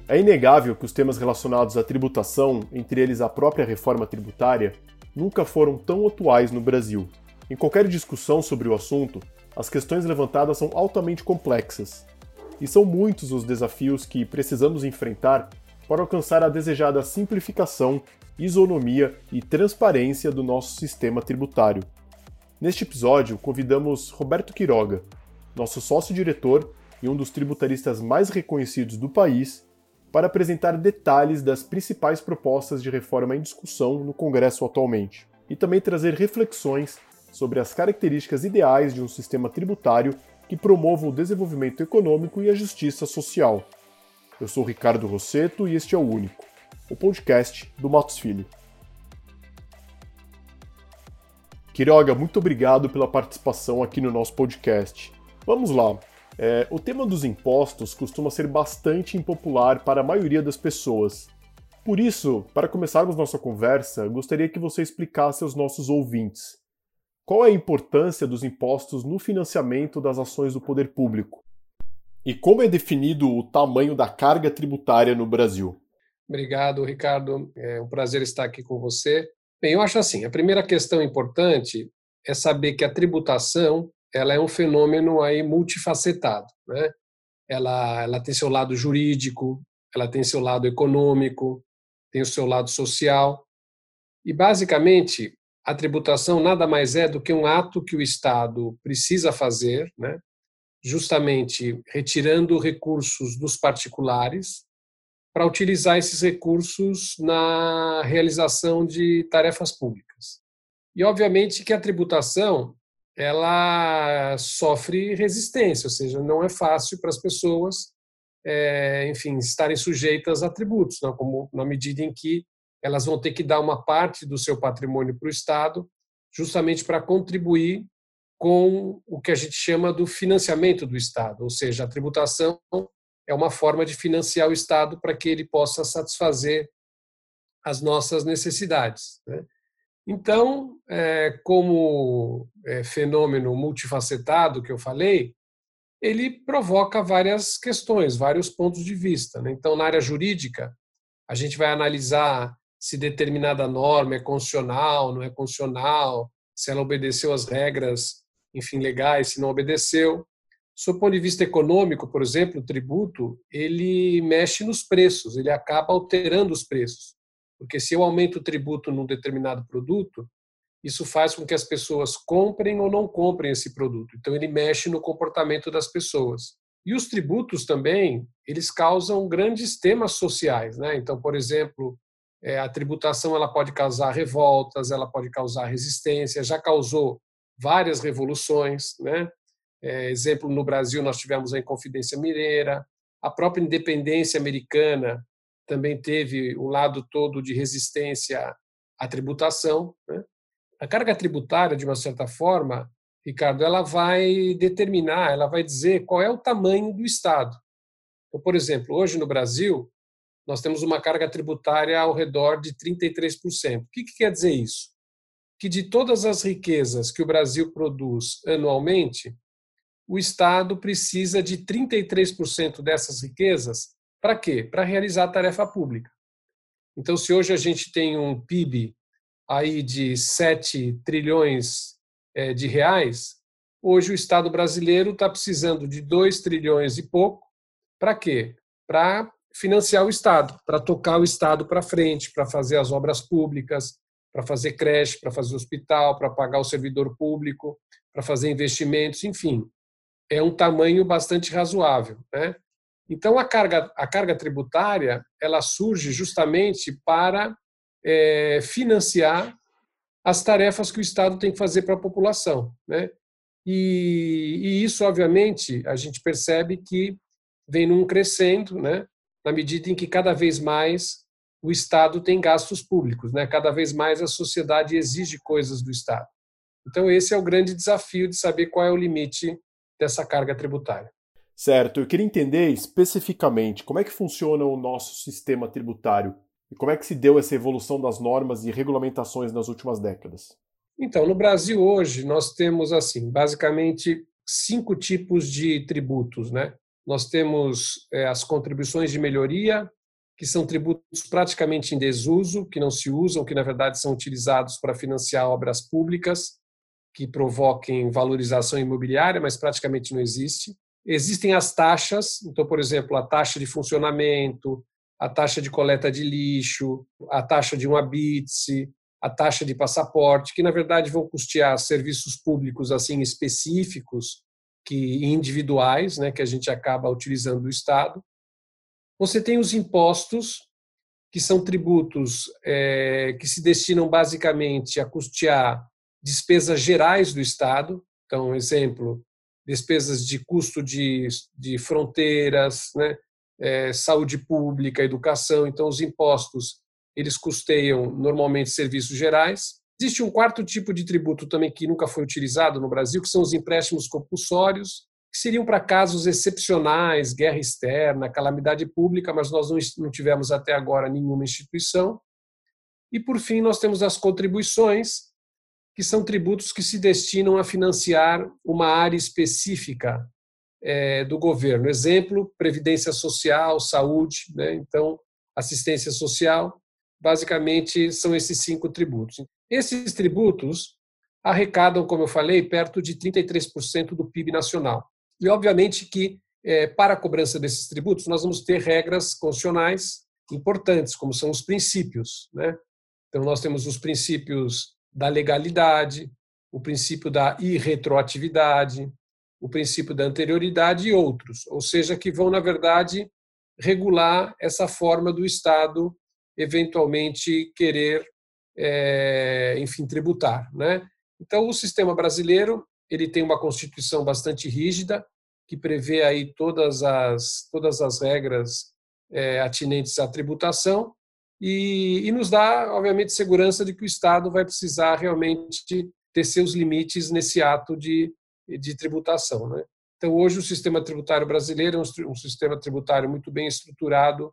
É inegável que os temas relacionados à tributação, entre eles a própria reforma tributária, nunca foram tão atuais no Brasil. Em qualquer discussão sobre o assunto, as questões levantadas são altamente complexas. E são muitos os desafios que precisamos enfrentar para alcançar a desejada simplificação, isonomia e transparência do nosso sistema tributário. Neste episódio, convidamos Roberto Quiroga, nosso sócio-diretor e um dos tributaristas mais reconhecidos do país, para apresentar detalhes das principais propostas de reforma em discussão no Congresso atualmente, e também trazer reflexões sobre as características ideais de um sistema tributário que promova o desenvolvimento econômico e a justiça social. Eu sou Ricardo Rosseto e este é o Único, o podcast do Matos Filho. Quiroga, muito obrigado pela participação aqui no nosso podcast. Vamos lá. O tema dos impostos costuma ser bastante impopular para a maioria das pessoas. Por isso, para começarmos nossa conversa, gostaria que você explicasse aos nossos ouvintes qual é a importância dos impostos no financiamento das ações do poder público e como é definido o tamanho da carga tributária no Brasil. Obrigado, Ricardo. É um prazer estar aqui com você. Bem, eu acho assim, a primeira questão importante é saber que a tributação ela é um fenômeno aí multifacetado, né? Ela tem seu lado jurídico, ela tem seu lado econômico, tem o seu lado social. E, basicamente, a tributação nada mais é do que um ato que o Estado precisa fazer, né? Justamente retirando recursos dos particulares para utilizar esses recursos na realização de tarefas públicas. E, obviamente, que a tributação ela sofre resistência, ou seja, não é fácil para as pessoas, estarem sujeitas a tributos, não? Como na medida em que elas vão ter que dar uma parte do seu patrimônio para o Estado, justamente para contribuir com o que a gente chama do financiamento do Estado, ou seja, a tributação é uma forma de financiar o Estado para que ele possa satisfazer as nossas necessidades, né? Então, como fenômeno multifacetado que eu falei, ele provoca várias questões, vários pontos de vista, né? Então, na área jurídica, a gente vai analisar se determinada norma é constitucional, não é constitucional, se ela obedeceu às regras, legais, se não obedeceu. Do ponto de vista econômico, por exemplo, o tributo, ele mexe nos preços, ele acaba alterando os preços. Porque se eu aumento o tributo num determinado produto, isso faz com que as pessoas comprem ou não comprem esse produto. Então, ele mexe no comportamento das pessoas. E os tributos também, eles causam grandes temas sociais, né? Então, por exemplo, a tributação ela pode causar revoltas, ela pode causar resistência, já causou várias revoluções, né? Exemplo, no Brasil nós tivemos a Inconfidência Mineira, a própria independência americana também teve um lado todo de resistência à tributação, né? A carga tributária, de uma certa forma, Ricardo, ela vai determinar, ela vai dizer qual é o tamanho do Estado. Então, por exemplo, hoje no Brasil, nós temos uma carga tributária ao redor de 33%. O que quer dizer isso? Que de todas as riquezas que o Brasil produz anualmente, o Estado precisa de 33% dessas riquezas para quê? Para realizar a tarefa pública. Então, se hoje a gente tem um PIB aí de 7 trilhões de reais, hoje o Estado brasileiro está precisando de 2 trilhões e pouco. Para quê? Para financiar o Estado, para tocar o Estado para frente, para fazer as obras públicas, para fazer creche, para fazer hospital, para pagar o servidor público, para fazer investimentos, enfim. É um tamanho bastante razoável, né? Então, a carga tributária ela surge justamente para financiar as tarefas que o Estado tem que fazer para a população, né? E isso, obviamente, a gente percebe que vem num crescendo, né? Na medida em que cada vez mais o Estado tem gastos públicos, né? Cada vez mais a sociedade exige coisas do Estado. Então, esse é o grande desafio de saber qual é o limite dessa carga tributária. Certo, eu queria entender especificamente como é que funciona o nosso sistema tributário e como é que se deu essa evolução das normas e regulamentações nas últimas décadas. Então, no Brasil hoje nós temos basicamente 5 tipos de tributos, né? Nós temos as contribuições de melhoria, que são tributos praticamente em desuso, que não se usam, que na verdade são utilizados para financiar obras públicas que provoquem valorização imobiliária, mas praticamente não existe. Existem as taxas, então, por exemplo, a taxa de funcionamento, a taxa de coleta de lixo, a taxa de um habite, a taxa de passaporte, que na verdade vão custear serviços públicos assim específicos, que individuais, né, que a gente acaba utilizando do Estado. Você tem os impostos, que são tributos que se destinam basicamente a custear despesas gerais do Estado. Então, exemplo, despesas de custo de fronteiras, né, saúde pública, educação. Então, os impostos eles custeiam normalmente serviços gerais. Existe um quarto tipo de tributo também que nunca foi utilizado no Brasil, que são os empréstimos compulsórios, que seriam para casos excepcionais, guerra externa, calamidade pública, mas nós não tivemos até agora nenhuma instituição. E, por fim, nós temos as contribuições, que são tributos que se destinam a financiar uma área específica do governo. Exemplo, previdência social, saúde, né? Então, assistência social, basicamente são esses 5 tributos. Esses tributos arrecadam, como eu falei, perto de 33% do PIB nacional. E, obviamente, que para a cobrança desses tributos, nós vamos ter regras constitucionais importantes, como são os princípios, né? Então, nós temos os princípios da legalidade, o princípio da irretroatividade, o princípio da anterioridade e outros, ou seja, que vão, na verdade, regular essa forma do Estado eventualmente querer, enfim, tributar, né? Então, o sistema brasileiro ele tem uma Constituição bastante rígida, que prevê aí todas as regras atinentes à tributação e nos dá, obviamente, segurança de que o Estado vai precisar realmente ter seus limites nesse ato de tributação, né? Então, hoje, o sistema tributário brasileiro é um sistema tributário muito bem estruturado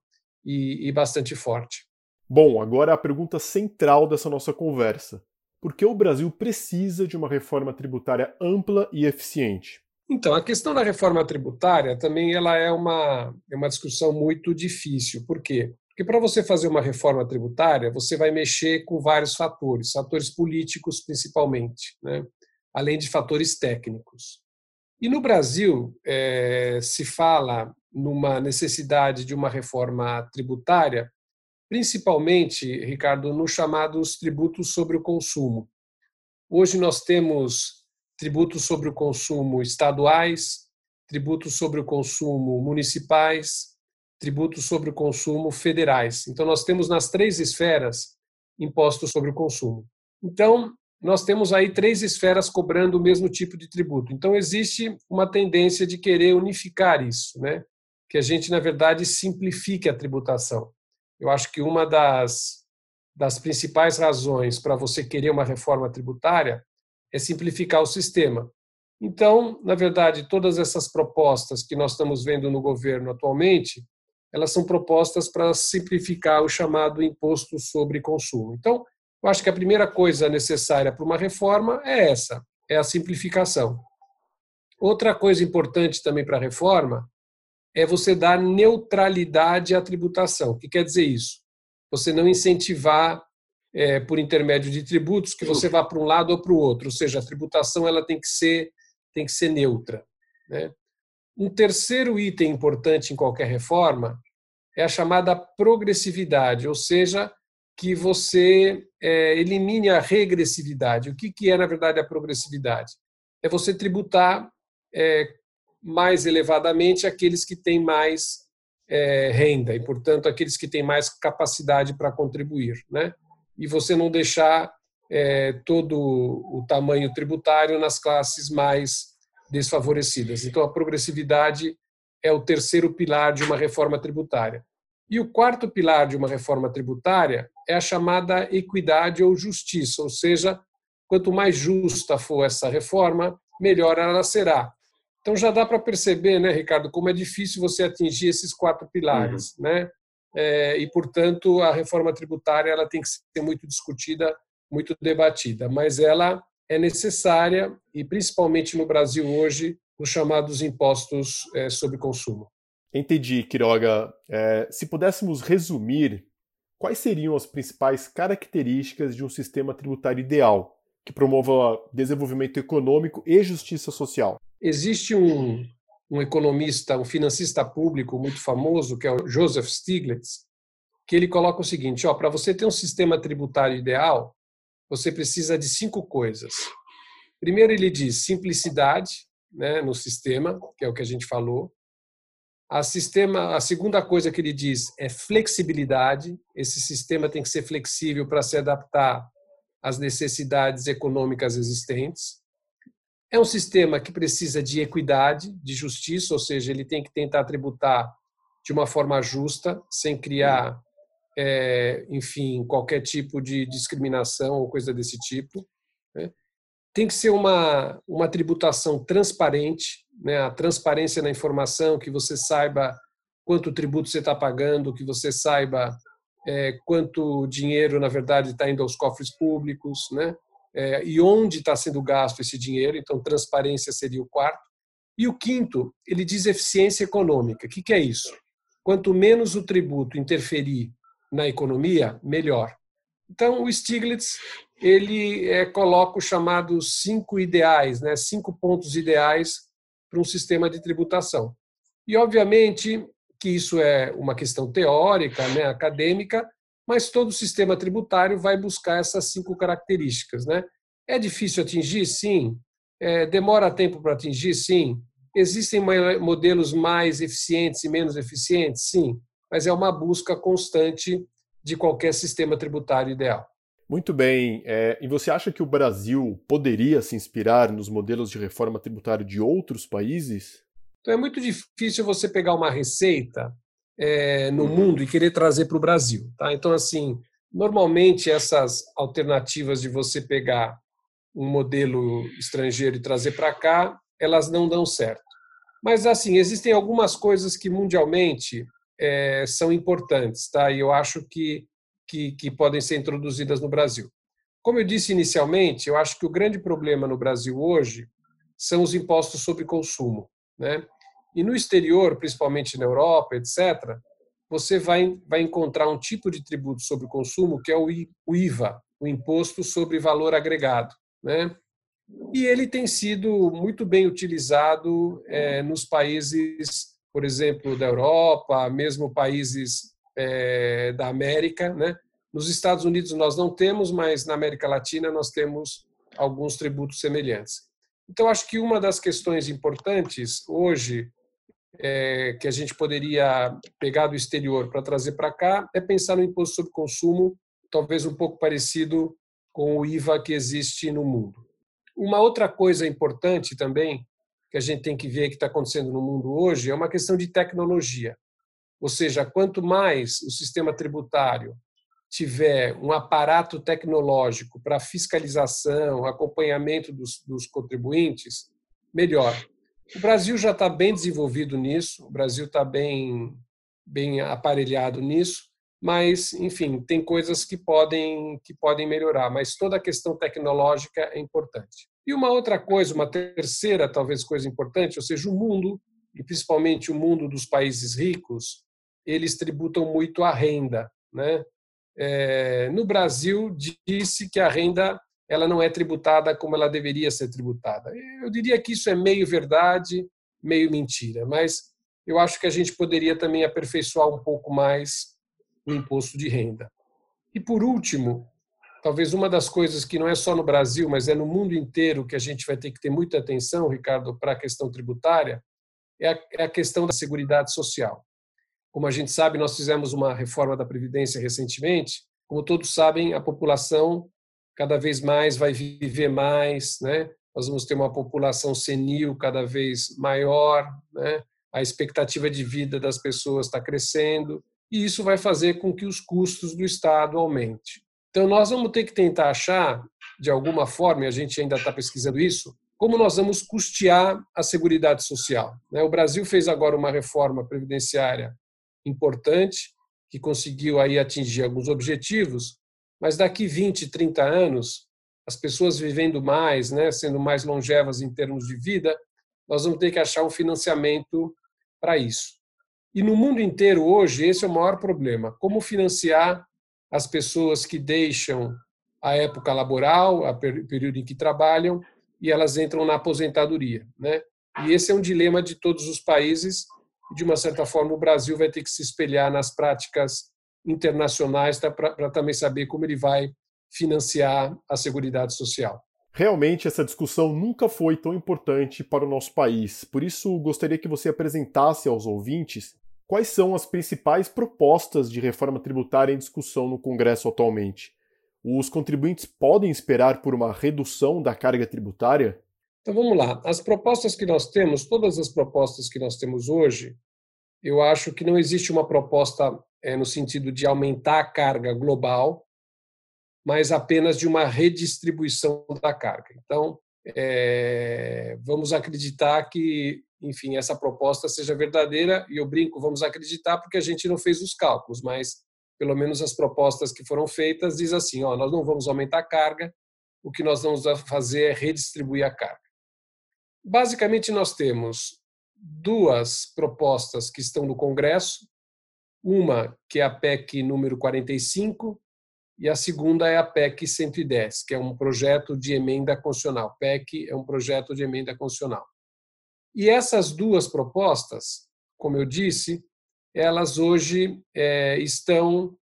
e bastante forte. Bom, agora a pergunta central dessa nossa conversa. Por que o Brasil precisa de uma reforma tributária ampla e eficiente? Então, a questão da reforma tributária também ela é uma discussão muito difícil. Por quê? Porque para você fazer uma reforma tributária, você vai mexer com vários fatores políticos principalmente, né? Além de fatores técnicos. E no Brasil, se fala numa necessidade de uma reforma tributária, principalmente, Ricardo, nos chamados tributos sobre o consumo. Hoje nós temos tributos sobre o consumo estaduais, tributos sobre o consumo municipais, tributos sobre o consumo federais. Então, nós temos nas 3 esferas impostos sobre o consumo. Então, nós temos aí 3 esferas cobrando o mesmo tipo de tributo. Então, existe uma tendência de querer unificar isso, né? Que a gente, na verdade, simplifique a tributação. Eu acho que uma das principais razões para você querer uma reforma tributária é simplificar o sistema. Então, na verdade, todas essas propostas que nós estamos vendo no governo atualmente, elas são propostas para simplificar o chamado imposto sobre consumo. Então, eu acho que a primeira coisa necessária para uma reforma é essa, é a simplificação. Outra coisa importante também para a reforma é você dar neutralidade à tributação. O que quer dizer isso? Você não incentivar, por intermédio de tributos, que você vá para um lado ou para o outro. Ou seja, a tributação ela tem que ser neutra, né? Um terceiro item importante em qualquer reforma é a chamada progressividade, ou seja, que você elimine a regressividade. O que é, na verdade, a progressividade? É você tributar mais elevadamente aqueles que têm mais renda e, portanto, aqueles que têm mais capacidade para contribuir, né? E você não deixar todo o tamanho tributário nas classes mais desfavorecidas. Então, a progressividade é o terceiro pilar de uma reforma tributária. E o quarto pilar de uma reforma tributária é a chamada equidade ou justiça, ou seja, quanto mais justa for essa reforma, melhor ela será. Então já dá para perceber, né, Ricardo, como é difícil você atingir esses 4 pilares, né? E, portanto, a reforma tributária ela tem que ser muito discutida, muito debatida, mas ela é necessária e, principalmente no Brasil hoje, os chamados impostos sobre consumo. Entendi, Quiroga. Se pudéssemos resumir, quais seriam as principais características de um sistema tributário ideal, que promova desenvolvimento econômico e justiça social? Existe um economista, um financista público muito famoso, que é o Joseph Stiglitz, que ele coloca o seguinte: para você ter um sistema tributário ideal, você precisa de 5 coisas. Primeiro, ele diz simplicidade, né, no sistema, que é o que a gente falou. A segunda coisa que ele diz é flexibilidade. Esse sistema tem que ser flexível para se adaptar às necessidades econômicas existentes. É um sistema que precisa de equidade, de justiça, ou seja, ele tem que tentar tributar de uma forma justa, sem criar, enfim, qualquer tipo de discriminação ou coisa desse tipo, né? Tem que ser uma tributação transparente, né? A transparência na informação, que você saiba quanto tributo você está pagando, que você saiba quanto dinheiro, na verdade, está indo aos cofres públicos, né? E onde está sendo gasto esse dinheiro. Então, transparência seria o quarto. E o quinto, ele diz eficiência econômica. O que é isso? Quanto menos o tributo interferir na economia, melhor. Então, o Stiglitz ele coloca os chamados 5 ideais, né? 5 pontos ideais para um sistema de tributação. E, obviamente, que isso é uma questão teórica, né, acadêmica, mas todo sistema tributário vai buscar essas 5 características, né? É difícil atingir? Sim. Demora tempo para atingir? Sim. Existem modelos mais eficientes e menos eficientes? Sim. Mas é uma busca constante de qualquer sistema tributário ideal. Muito bem. E você acha que o Brasil poderia se inspirar nos modelos de reforma tributária de outros países? Então, é muito difícil você pegar uma receita no mundo e querer trazer para o Brasil. Tá? Então, assim, normalmente essas alternativas de você pegar um modelo estrangeiro e trazer para cá, elas não dão certo. Mas, assim, existem algumas coisas que mundialmente são importantes, tá? E eu acho que podem ser introduzidas no Brasil. Como eu disse inicialmente, eu acho que o grande problema no Brasil hoje são os impostos sobre consumo, né? E no exterior, principalmente na Europa, etc., você vai encontrar um tipo de tributo sobre o consumo que é o IVA, o Imposto sobre Valor Agregado, né? E ele tem sido muito bem utilizado nos países, por exemplo, da Europa, mesmo países da América, né? Nos Estados Unidos nós não temos, mas na América Latina nós temos alguns tributos semelhantes. Então, acho que uma das questões importantes hoje que a gente poderia pegar do exterior para trazer para cá é pensar no imposto sobre consumo, talvez um pouco parecido com o IVA que existe no mundo. Uma outra coisa importante também que a gente tem que ver que está acontecendo no mundo hoje é uma questão de tecnologia. Ou seja, quanto mais o sistema tributário tiver um aparato tecnológico para fiscalização, acompanhamento dos contribuintes, melhor. O Brasil já está bem desenvolvido nisso, o Brasil está bem aparelhado nisso, mas, enfim, tem coisas que podem melhorar, mas toda a questão tecnológica é importante. E uma outra coisa, uma terceira, talvez, coisa importante, ou seja, o mundo, e principalmente o mundo dos países ricos, eles tributam muito a renda, né? No Brasil, disse que a renda ela não é tributada como ela deveria ser tributada. Eu diria que isso é meio verdade, meio mentira, mas eu acho que a gente poderia também aperfeiçoar um pouco mais o imposto de renda. E, por último, talvez uma das coisas que não é só no Brasil, mas é no mundo inteiro que a gente vai ter que ter muita atenção, Ricardo, para a questão tributária, é a questão da seguridade social. Como a gente sabe, nós fizemos uma reforma da Previdência recentemente. Como todos sabem, a população cada vez mais vai viver mais, né? Nós vamos ter uma população senil cada vez maior, né? A expectativa de vida das pessoas está crescendo e isso vai fazer com que os custos do Estado aumentem. Então, nós vamos ter que tentar achar, de alguma forma, e a gente ainda está pesquisando isso, como nós vamos custear a Seguridade Social. O Brasil fez agora uma reforma previdenciária importante, que conseguiu aí atingir alguns objetivos, mas daqui 20, 30 anos, as pessoas vivendo mais, né, sendo mais longevas em termos de vida, nós vamos ter que achar um financiamento para isso. E no mundo inteiro, hoje, esse é o maior problema. Como financiar as pessoas que deixam a época laboral, o período em que trabalham, e elas entram na aposentadoria, né? E esse é um dilema de todos os países. De uma certa forma, o Brasil vai ter que se espelhar nas práticas internacionais para também saber como ele vai financiar a Seguridade Social. Realmente, essa discussão nunca foi tão importante para o nosso país. Por isso, gostaria que você apresentasse aos ouvintes quais são as principais propostas de reforma tributária em discussão no Congresso atualmente. Os contribuintes podem esperar por uma redução da carga tributária? Então vamos lá. As propostas que nós temos, todas as propostas que nós temos hoje, eu acho que não existe uma proposta no sentido de aumentar a carga global, mas apenas de uma redistribuição da carga. Então, vamos acreditar que, enfim, essa proposta seja verdadeira, e eu brinco, vamos acreditar porque a gente não fez os cálculos, mas pelo menos as propostas que foram feitas diz assim, nós não vamos aumentar a carga, o que nós vamos fazer é redistribuir a carga. Basicamente, nós temos duas propostas que estão no Congresso, uma que é a PEC número 45 e a segunda é a PEC 110, que é um projeto de emenda constitucional. PEC é um projeto de emenda constitucional. E essas duas propostas, como eu disse, elas hoje estão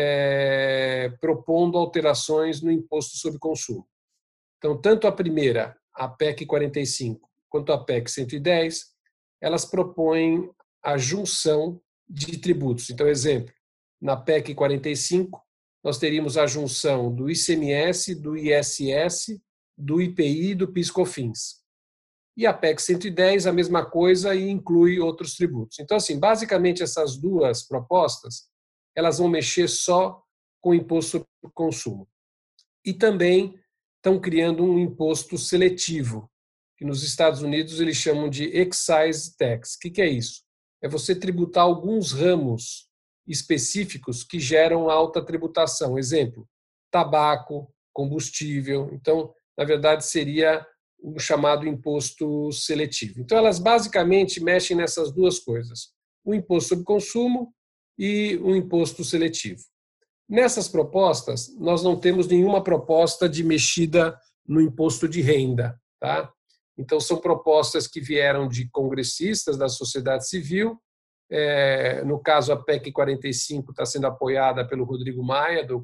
propondo alterações no imposto sobre consumo. Então, tanto a primeira, a PEC 45, quanto a PEC 110, elas propõem a junção de tributos. Então, exemplo, na PEC 45, nós teríamos a junção do ICMS, do ISS, do IPI e do PIS/COFINS. E a PEC 110, a mesma coisa, e inclui outros tributos. Então, assim, basicamente, essas duas propostas, elas vão mexer só com o imposto sobre o consumo. E também estão criando um imposto seletivo, que nos Estados Unidos eles chamam de excise tax. O que é isso? É você tributar alguns ramos específicos que geram alta tributação. Exemplo, tabaco, combustível. Então, na verdade, seria o chamado imposto seletivo. Então, elas basicamente mexem nessas duas coisas, o imposto sobre consumo e o imposto seletivo. Nessas propostas, nós não temos nenhuma proposta de mexida no imposto de renda, tá? Então, são propostas que vieram de congressistas da sociedade civil. No caso, a PEC 45 está sendo apoiada pelo Rodrigo Maia, do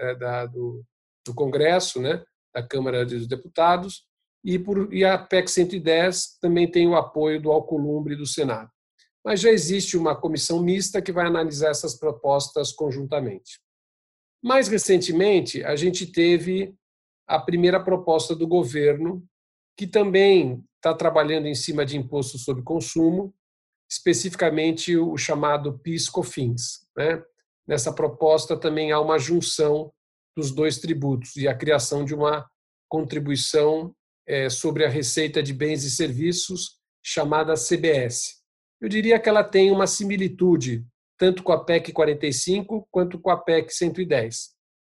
Congresso, né, da Câmara dos Deputados, e a PEC 110 também tem o apoio do Alcolumbre do Senado. Mas já existe uma comissão mista que vai analisar essas propostas conjuntamente. Mais recentemente, a gente teve a primeira proposta do governo, que também está trabalhando em cima de imposto sobre consumo, especificamente o chamado PIS/COFINS, né? Nessa proposta também há uma junção dos dois tributos e a criação de uma contribuição sobre a receita de bens e serviços, chamada CBS. Eu diria que ela tem uma similitude tanto com a PEC 45 quanto com a PEC 110.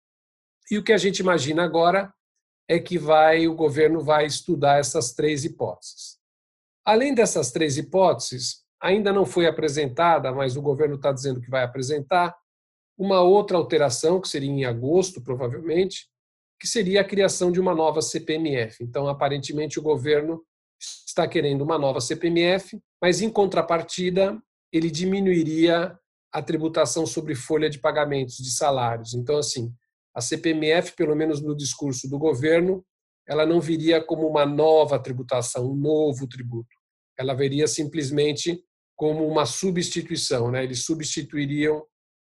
E o que a gente imagina agora é que o governo vai estudar essas três hipóteses. Além dessas três hipóteses, ainda não foi apresentada, mas o governo está dizendo que vai apresentar, uma outra alteração, que seria em agosto, provavelmente, que seria a criação de uma nova CPMF. Então, aparentemente, o governo está querendo uma nova CPMF, mas, em contrapartida, ele diminuiria a tributação sobre folha de pagamentos de salários. Então, assim, a CPMF, pelo menos no discurso do governo, ela não viria como uma nova tributação, um novo tributo. Ela viria simplesmente como uma substituição, né? Eles substituiriam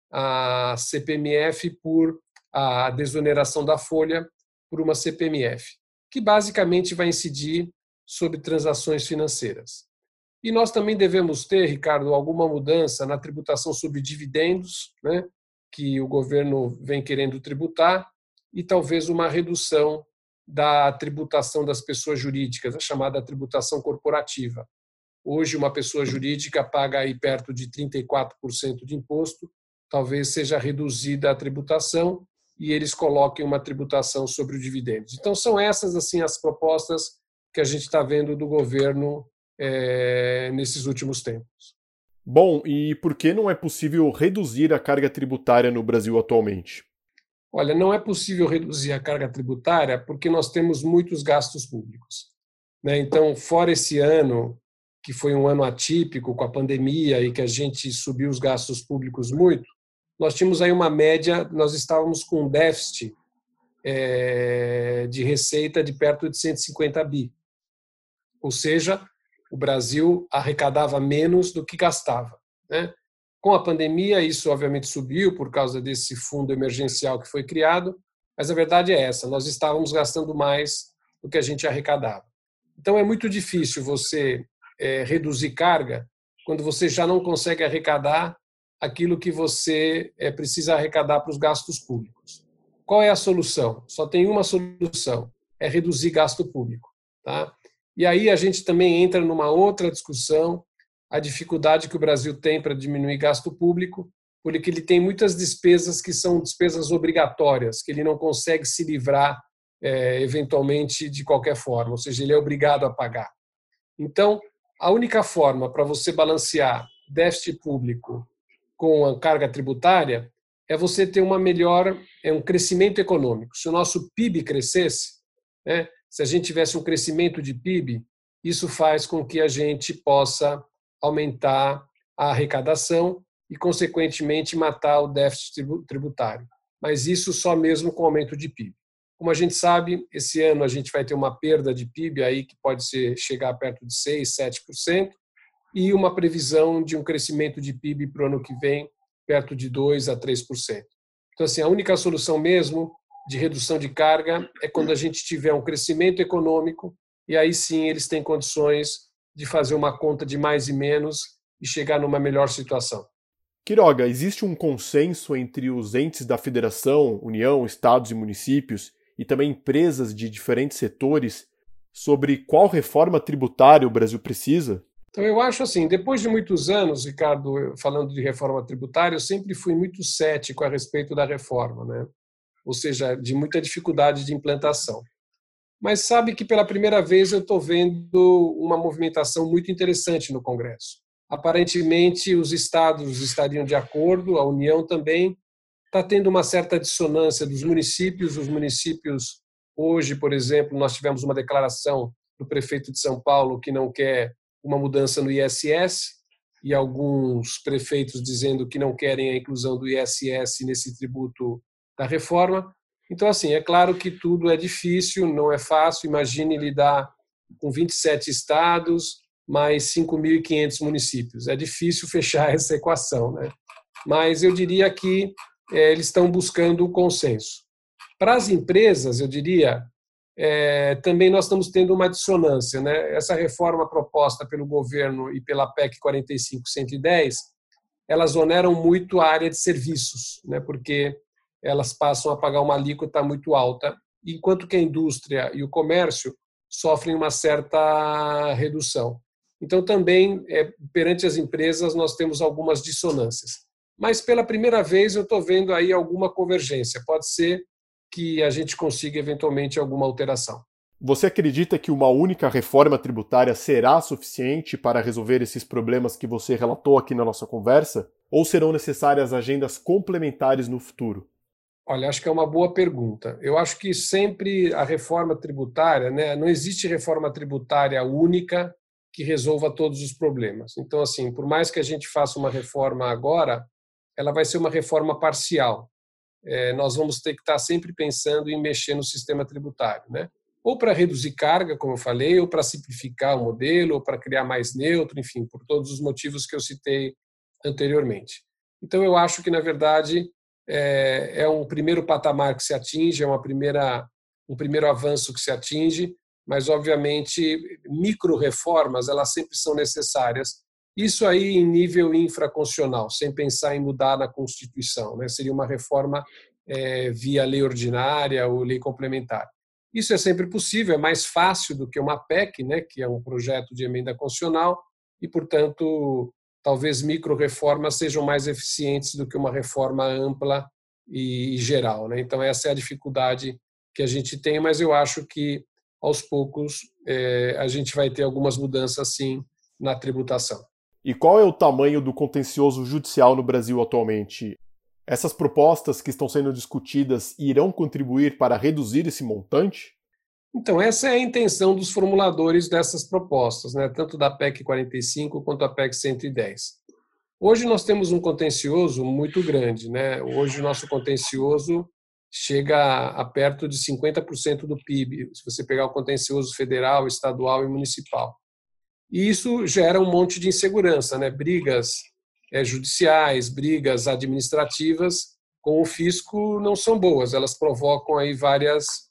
a CPMF por a desoneração da folha por uma CPMF, que basicamente vai incidir sobre transações financeiras. E nós também devemos ter, Ricardo, alguma mudança na tributação sobre dividendos, né, que o governo vem querendo tributar, e talvez uma redução da tributação das pessoas jurídicas, a chamada tributação corporativa. Hoje, uma pessoa jurídica paga aí perto de 34% de imposto, talvez seja reduzida a tributação e eles coloquem uma tributação sobre os dividendos. Então, são essas assim as propostas que a gente está vendo do governo nesses últimos tempos. Bom, e por que não é possível reduzir a carga tributária no Brasil atualmente? Olha, não é possível reduzir a carga tributária porque nós temos muitos gastos públicos, né? Então, fora esse ano, que foi um ano atípico com a pandemia e que a gente subiu os gastos públicos muito, nós tínhamos aí uma média, nós estávamos com um déficit de receita de perto de 150 bi. Ou seja, o Brasil arrecadava menos do que gastava, né? Com a pandemia, isso obviamente subiu por causa desse fundo emergencial que foi criado, mas a verdade é essa, nós estávamos gastando mais do que a gente arrecadava. Então é muito difícil você reduzir carga quando você já não consegue arrecadar aquilo que você precisa arrecadar para os gastos públicos. Qual é a solução? Só tem uma solução, é reduzir gasto público, tá? E aí a gente também entra numa outra discussão, a dificuldade que o Brasil tem para diminuir gasto público, porque ele tem muitas despesas que são despesas obrigatórias, que ele não consegue se livrar eventualmente de qualquer forma, ou seja, ele é obrigado a pagar. Então, a única forma para você balancear déficit público com a carga tributária é você ter uma melhor, um crescimento econômico. Se o nosso PIB crescesse, né, se a gente tivesse um crescimento de PIB, isso faz com que a gente possa aumentar a arrecadação e, consequentemente, matar o déficit tributário. Mas isso só mesmo com aumento de PIB. Como a gente sabe, esse ano a gente vai ter uma perda de PIB aí que pode chegar perto de 6%, 7%, e uma previsão de um crescimento de PIB para o ano que vem perto de 2% a 3%. Então, assim, a única solução mesmo de redução de carga é quando a gente tiver um crescimento econômico e aí sim eles têm condições de fazer uma conta de mais e menos e chegar numa melhor situação. Quiroga, existe um consenso entre os entes da Federação, União, Estados e municípios e também empresas de diferentes setores sobre qual reforma tributária o Brasil precisa? Então, eu acho assim, depois de muitos anos, Ricardo, falando de reforma tributária, eu sempre fui muito cético a respeito da reforma, né? Ou seja, de muita dificuldade de implantação. Mas sabe que pela primeira vez eu estou vendo uma movimentação muito interessante no Congresso. Aparentemente, os estados estariam de acordo, a União também. Está tendo uma certa dissonância dos municípios. Os municípios, hoje, por exemplo, nós tivemos uma declaração do prefeito de São Paulo que não quer uma mudança no ISS e alguns prefeitos dizendo que não querem a inclusão do ISS nesse tributo da reforma. Então, assim, é claro que tudo é difícil, não é fácil. Imagine lidar com 27 estados, mais 5.500 municípios. É difícil fechar essa equação, né? Mas eu diria que eles estão buscando o consenso. Para as empresas, eu diria, também nós estamos tendo uma dissonância, né? Essa reforma proposta pelo governo e pela PEC 45.110, elas oneram muito a área de serviços, né? Porque elas passam a pagar uma alíquota muito alta, enquanto que a indústria e o comércio sofrem uma certa redução. Então, também, perante as empresas, nós temos algumas dissonâncias. Mas, pela primeira vez, eu estou vendo aí alguma convergência. Pode ser que a gente consiga, eventualmente, alguma alteração. Você acredita que uma única reforma tributária será suficiente para resolver esses problemas que você relatou aqui na nossa conversa? Ou serão necessárias agendas complementares no futuro? Olha, acho que é uma boa pergunta. Eu acho que sempre a reforma tributária, né, não existe reforma tributária única que resolva todos os problemas. Então, assim, por mais que a gente faça uma reforma agora, ela vai ser uma reforma parcial. Nós vamos ter que estar sempre pensando em mexer no sistema tributário, né? Ou para reduzir carga, como eu falei, ou para simplificar o modelo, ou para criar mais neutro, enfim, por todos os motivos que eu citei anteriormente. Então, eu acho que, na verdade, é um primeiro patamar que se atinge, um primeiro avanço que se atinge, mas, obviamente, micro-reformas, elas sempre são necessárias. Isso aí em nível infraconstitucional, sem pensar em mudar na Constituição, né? Seria uma reforma via lei ordinária ou lei complementar. Isso é sempre possível, é mais fácil do que uma PEC, né? Que é um projeto de emenda constitucional, e, portanto, talvez micro-reformas sejam mais eficientes do que uma reforma ampla e geral, né? Então, essa é a dificuldade que a gente tem, mas eu acho que, aos poucos, a gente vai ter algumas mudanças, sim, na tributação. E qual é o tamanho do contencioso judicial no Brasil atualmente? Essas propostas que estão sendo discutidas irão contribuir para reduzir esse montante? Então, essa é a intenção dos formuladores dessas propostas, né? Tanto da PEC 45 quanto a PEC 110. Hoje nós temos um contencioso muito grande, né? Hoje o nosso contencioso chega a perto de 50% do PIB, se você pegar o contencioso federal, estadual e municipal. E isso gera um monte de insegurança, né? Brigas judiciais, brigas administrativas com o fisco não são boas, elas provocam aí várias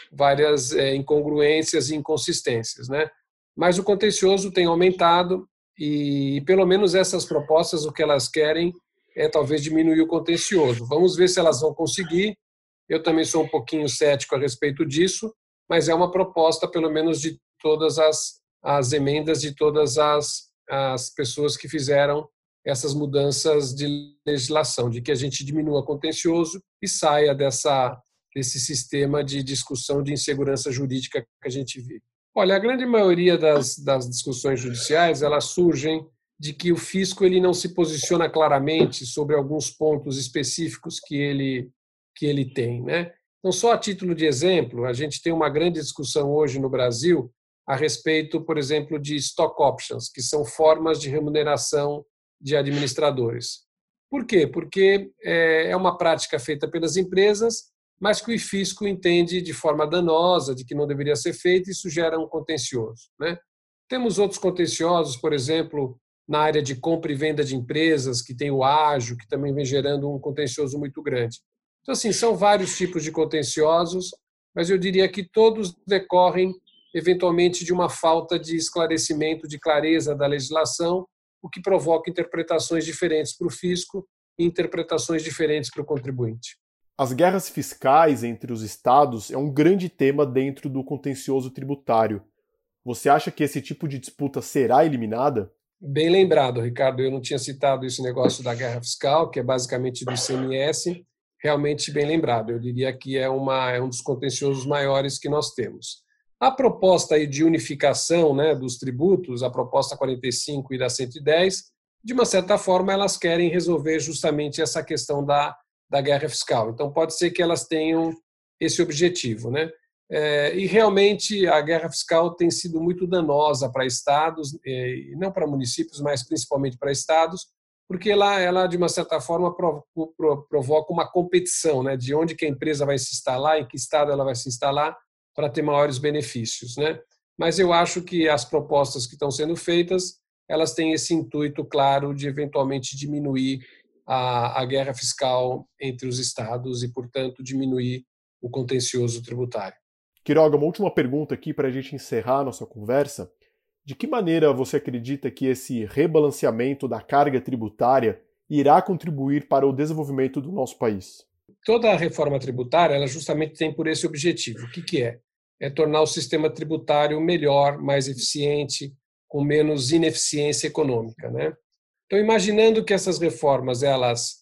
incongruências e inconsistências, né? Mas o contencioso tem aumentado e pelo menos essas propostas o que elas querem é talvez diminuir o contencioso. Vamos ver se elas vão conseguir. Eu também sou um pouquinho cético a respeito disso, mas é uma proposta pelo menos de todas as emendas de todas as pessoas que fizeram essas mudanças de legislação, de que a gente diminua contencioso e saia desse sistema de discussão de insegurança jurídica que a gente vive. Olha, a grande maioria das discussões judiciais, elas surgem de que o fisco ele não se posiciona claramente sobre alguns pontos específicos que ele tem, né? Então, só a título de exemplo, a gente tem uma grande discussão hoje no Brasil a respeito, por exemplo, de stock options, que são formas de remuneração de administradores. Por quê? Porque é uma prática feita pelas empresas, mas que o fisco entende de forma danosa, de que não deveria ser feito, e isso gera um contencioso, né? Temos outros contenciosos, por exemplo, na área de compra e venda de empresas, que tem o ágio, que também vem gerando um contencioso muito grande. Então, assim, são vários tipos de contenciosos, mas eu diria que todos decorrem, eventualmente, de uma falta de esclarecimento, de clareza da legislação, o que provoca interpretações diferentes para o fisco e interpretações diferentes para o contribuinte. As guerras fiscais entre os estados é um grande tema dentro do contencioso tributário. Você acha que esse tipo de disputa será eliminada? Bem lembrado, Ricardo. Eu não tinha citado esse negócio da guerra fiscal, que é basicamente do ICMS. Realmente bem lembrado. Eu diria que é um dos contenciosos maiores que nós temos. A proposta aí de unificação, né, dos tributos, a proposta 45 e da 110, de uma certa forma, elas querem resolver justamente essa questão da guerra fiscal. Então, pode ser que elas tenham esse objetivo, né? E realmente a guerra fiscal tem sido muito danosa para estados, não para municípios, mas principalmente para estados, porque ela de uma certa forma provoca uma competição, né, de onde que a empresa vai se instalar, em que estado ela vai se instalar, para ter maiores benefícios, né? Mas eu acho que as propostas que estão sendo feitas, elas têm esse intuito claro de eventualmente diminuir a guerra fiscal entre os estados e, portanto, diminuir o contencioso tributário. Quiroga, uma última pergunta aqui para a gente encerrar a nossa conversa. De que maneira você acredita que esse rebalanceamento da carga tributária irá contribuir para o desenvolvimento do nosso país? Toda a reforma tributária, ela justamente tem por esse objetivo. O que é? É tornar o sistema tributário melhor, mais eficiente, com menos ineficiência econômica, né? Então, imaginando que essas reformas elas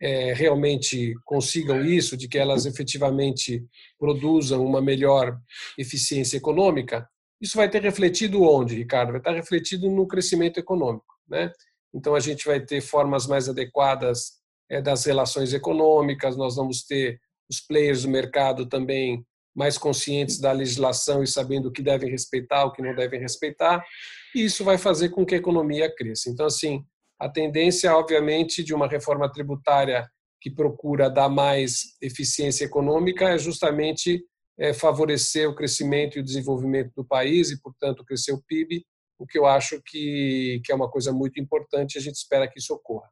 realmente consigam isso, de que elas efetivamente produzam uma melhor eficiência econômica, isso vai ter refletido onde, Ricardo? Vai estar refletido no crescimento econômico, né? Então, a gente vai ter formas mais adequadas das relações econômicas, nós vamos ter os players do mercado também mais conscientes da legislação e sabendo o que devem respeitar, o que não devem respeitar, e isso vai fazer com que a economia cresça. Então, assim, a tendência, obviamente, de uma reforma tributária que procura dar mais eficiência econômica é justamente favorecer o crescimento e o desenvolvimento do país e, portanto, crescer o PIB, o que eu acho que é uma coisa muito importante e a gente espera que isso ocorra.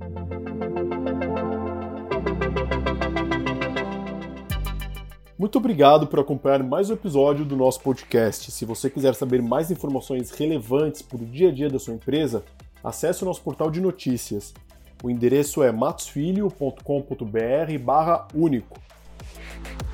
Muito obrigado por acompanhar mais um episódio do nosso podcast. Se você quiser saber mais informações relevantes para o dia a dia da sua empresa, acesse o nosso portal de notícias. O endereço é matosfilho.com.br/único.